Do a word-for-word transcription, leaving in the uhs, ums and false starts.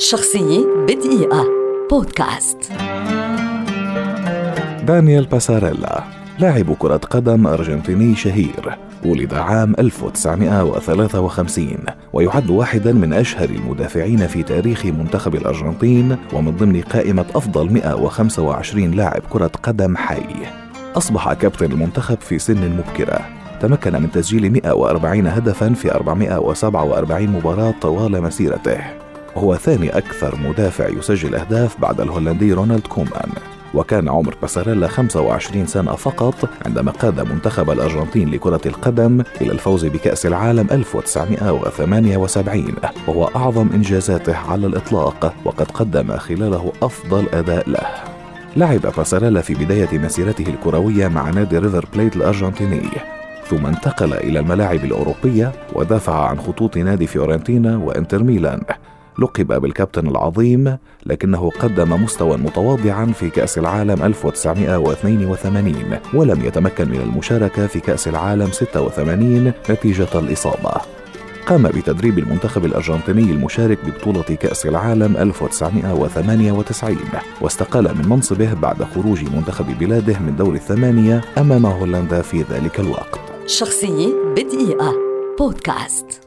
شخصية بدقيقة بودكاست. دانييل باساريلا لاعب كرة قدم أرجنتيني شهير، ولد عام ألف وتسعمائة وثلاثة وخمسين ويعد واحدا من أشهر المدافعين في تاريخ منتخب الأرجنتين ومن ضمن قائمة أفضل مئة وخمسة وعشرين لاعب كرة قدم حي. أصبح كابتن المنتخب في سن مبكرة، تمكن من تسجيل مئة وأربعين هدفا في أربعمائة وسبعة وأربعين مباراة طوال مسيرته. هو ثاني أكثر مدافع يسجل أهداف بعد الهولندي رونالد كومان. وكان عمر باساريلا خمسة وعشرين سنة فقط عندما قاد منتخب الأرجنتين لكرة القدم إلى الفوز بكأس العالم ألف وتسعمائة وثمانية وسبعين، وهو أعظم إنجازاته على الإطلاق، وقد قدم خلاله أفضل أداء له. لعب باساريلا في بداية مسيرته الكروية مع نادي ريفر بليت الأرجنتيني، ثم انتقل إلى الملاعب الأوروبية ودافع عن خطوط نادي فيورنتينا وإنتر ميلان. لقب بالكابتن العظيم، لكنه قدم مستوى متواضعا في كأس العالم ألف وتسعمائة واثنين وثمانين ولم يتمكن من المشاركة في كأس العالم ستة وثمانين نتيجة الإصابة. قام بتدريب المنتخب الأرجنتيني المشارك ببطولة كأس العالم ألف وتسعمائة وثمانية وتسعين، واستقال من منصبه بعد خروج منتخب بلاده من دور الثمانية أمام هولندا في ذلك الوقت. شخصية بدقيقة بودكاست.